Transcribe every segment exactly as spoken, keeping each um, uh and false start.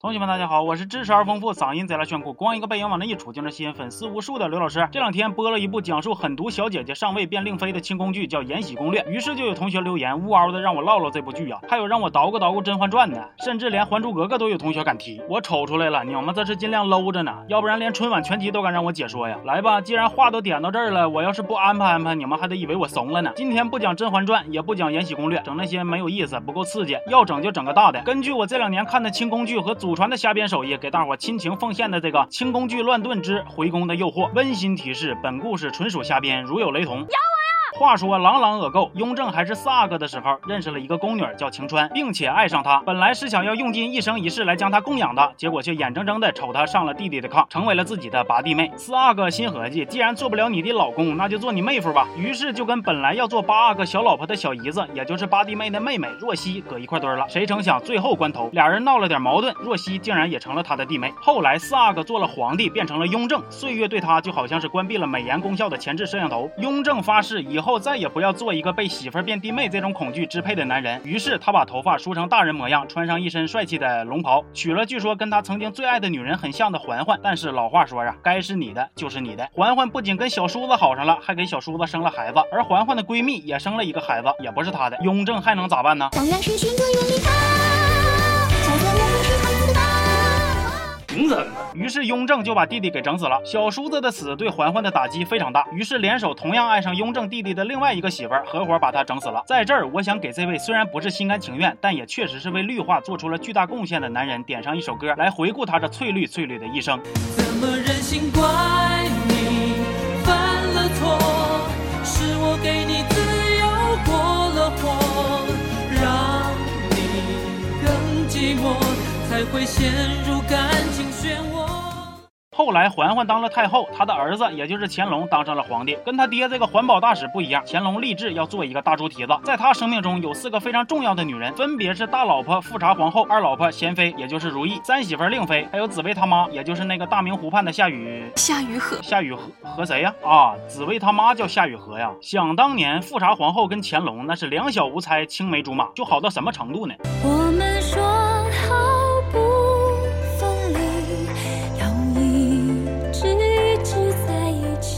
同学们大家好，我是知识而丰富，嗓音贼拉炫酷，光一个背影往那一杵就能吸引粉丝无数的刘老师。这两天播了一部讲述狠毒小姐姐上位变令妃的清宫剧，叫《延禧攻略》。于是就有同学留言呜嗷的让我唠唠这部剧啊，还有让我捣鼓捣鼓《甄嬛传》呢，甚至连《还珠格格》都有同学敢提。我瞅出来了，你们这是尽量搂着呢，要不然连春晚全集都敢让我解说呀。来吧，既然话都点到这儿了，我要是不安排安排，你们还得以为我怂了呢。今天不讲《甄嬛传》，也不讲《延禧攻略》，整那些没有意思，不够刺激，要整就整个大的。根据我这两年看的清宫剧和祖传的瞎编手艺，给大伙亲情奉献的这个《清宫剧乱炖之回宫的诱惑》，温馨提示：本故事纯属瞎编，如有雷同。话说朗朗恶购，雍正还是四阿哥的时候，认识了一个宫女叫晴川，并且爱上她。本来是想要用尽一生一世来将她供养的，结果却眼睁睁的瞅她上了弟弟的炕，成为了自己的八弟妹。四阿哥心合计，既然做不了你的老公，那就做你妹夫吧。于是就跟本来要做八阿哥小老婆的小姨子，也就是八弟妹的妹妹若曦搁一块堆了。谁成想最后关头，俩人闹了点矛盾，若曦竟然也成了他的弟妹。后来四阿哥做了皇帝，变成了雍正，岁月对他就好像是关闭了美颜功效的前置摄像头。雍正发誓以后再也不要做做一个被媳妇变弟妹这种恐惧支配的男人，于是他把头发梳成大人模样，穿上一身帅气的龙袍，娶了据说跟他曾经最爱的女人很像的嬛嬛。但是老话说啊，该是你的就是你的。嬛嬛不仅跟小叔子好上了，还给小叔子生了孩子，而嬛嬛的闺蜜也生了一个孩子，也不是她的。雍正还能咋办呢？当然是选择远离他，小姐我不是孩子的凭什么？于是雍正就把弟弟给整死了。小叔子的死对嬛嬛的打击非常大，于是联手同样爱上雍正弟弟的另外一个媳妇儿，合伙把他整死了。在这儿，我想给这位虽然不是心甘情愿，但也确实是为绿化做出了巨大贡献的男人点上一首歌，来回顾他这翠绿翠绿的一生。 怎么忍心怪你犯了错，是我给你自由过了火，让你更寂寞，才会陷入感情漩涡。 后来嬛嬛当了太后，她的儿子也就是乾隆当上了皇帝。跟他爹这个环保大使不一样，乾隆立志要做一个大猪蹄子。在他生命中有四个非常重要的女人，分别是大老婆富察皇后、二老婆娴妃也就是如意、三媳妇令妃，还有紫薇他妈也就是那个大明湖畔的夏雨夏雨荷。 夏雨荷和谁呀？啊，紫薇他妈叫夏雨荷呀。想当年富察皇后跟乾隆那是两小无猜，青梅竹马，就好到什么程度呢？ 我们说好不分离，要一直一直在一起，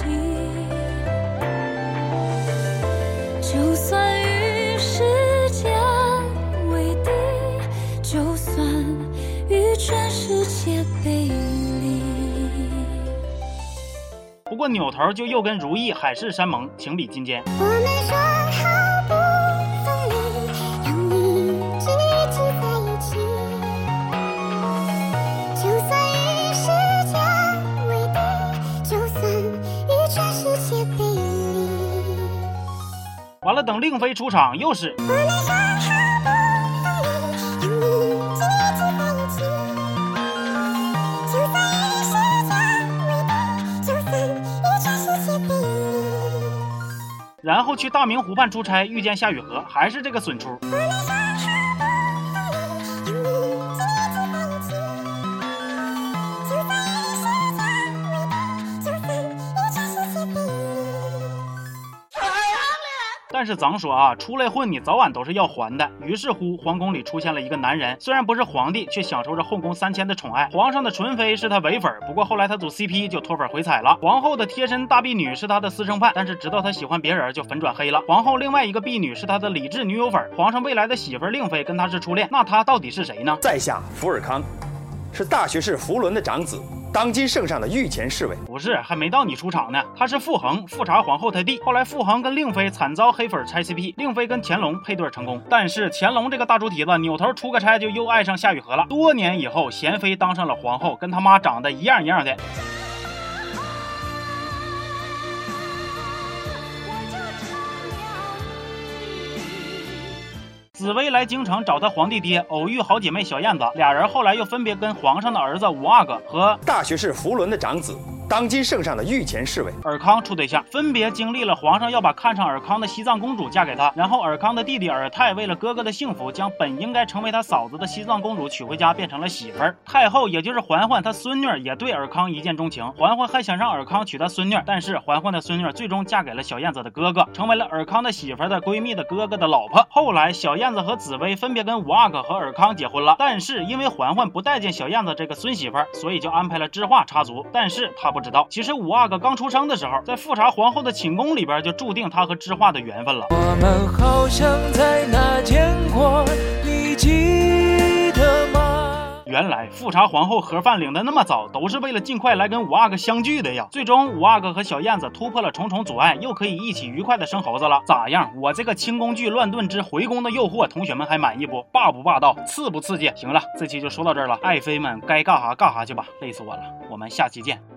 就算与时间为敌，就算与全世界背离。 不过扭头就又跟如意海誓山盟，情比金坚。 我们说好不分离，要一直一直在一起，就算与时间为敌，就算与全世界背离。 完了，等令妃出场又是我们说好不分离，要一直一直在一起，就算与时间为敌，就算与全世界背离。 然后去大明湖畔出差，遇见夏雨荷，还是这个损出。但是咱说啊，出来混你早晚都是要还的。于是乎，皇宫里出现了一个男人，虽然不是皇帝，却享受着后宫三千的宠爱。皇上的纯妃是他唯粉，不过后来他组 C P 就脱粉回踩了。皇后的贴身大婢女是他的私生饭，但是直到他喜欢别人就粉转黑了。皇后另外一个婢女是他的理智女友粉，皇上未来的媳妇令妃跟他是初恋，那他到底是谁呢？ 在下福尔康，是大学士福伦的长子，当今圣上的御前侍卫。 不是，还没到你出场呢。他是傅恒，富察皇后他弟。后来傅恒跟令妃惨遭黑粉拆 C P， 令妃跟乾隆配对成功。但是乾隆这个大猪蹄子扭头出个差就又爱上夏雨荷了。多年以后，娴妃当上了皇后，跟他妈长得一样一样的。紫薇来京城找她皇帝爹，偶遇好姐妹小燕子，俩人后来又分别跟皇上的儿子五阿哥和大学士福伦的长子， 当今圣上的御前侍卫。 尔康处对象分别经历了皇上要把看上尔康的西藏公主嫁给他，然后尔康的弟弟尔泰为了哥哥的幸福，将本应该成为他嫂子的西藏公主娶回家，变成了媳妇儿。太后也就是嬛嬛，她孙女也对尔康一见钟情，嬛嬛还想让尔康娶她孙女，但是嬛嬛的孙女最终嫁给了小燕子的哥哥，成为了尔康的媳妇的闺蜜的哥哥的老婆。后来小燕子和紫薇分别跟五阿哥和尔康结婚了，但是因为嬛嬛不待见小燕子这个孙媳妇，所以就安排了知画插足。但是他不知道，其实五阿哥刚出生的时候，在富察皇后的寝宫里边就注定他和知画的缘分了。 我们好像在哪见过，你记得吗？ 原来富察皇后盒饭领的那么早，都是为了尽快来跟五阿哥相聚的呀。最终五阿哥和小燕子突破了重重阻碍，又可以一起愉快的生猴子了。咋样？我这个清宫剧乱炖之回宫的诱惑，同学们还满意不？霸不霸道？刺不刺激？行了，这期就说到这儿了，爱妃们该干哈干哈去吧，累死我了。我们下期见。